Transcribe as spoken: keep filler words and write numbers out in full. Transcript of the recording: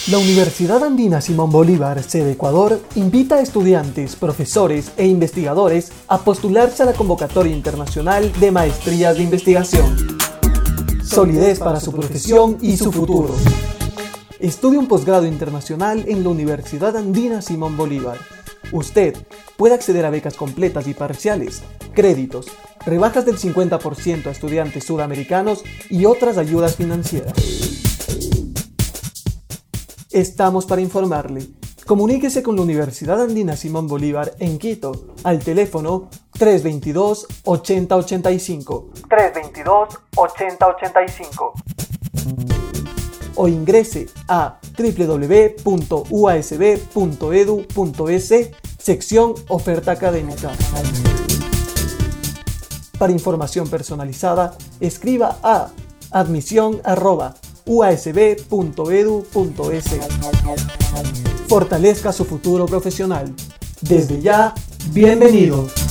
La Universidad Andina Simón Bolívar, sede Ecuador, invita a estudiantes, profesores e investigadores a postularse a la convocatoria internacional de maestrías de investigación. Solidez para su profesión y su futuro. Estudie un posgrado internacional en la Universidad Andina Simón Bolívar. Usted puede acceder a becas completas y parciales, créditos, rebajas del cincuenta por ciento a estudiantes sudamericanos y otras ayudas financieras. Estamos para informarle. Comuníquese con la Universidad Andina Simón Bolívar en Quito al teléfono tres dos dos, ocho cero ocho cinco, tres dos dos, ocho cero ocho cinco o ingrese a doble u doble u doble u punto u a s b punto e d u punto e s sección Oferta Académica. Para información personalizada, escriba a admisión arroba u a s b punto e d u punto e s. Fortalezca su futuro profesional. Desde ya, bienvenido.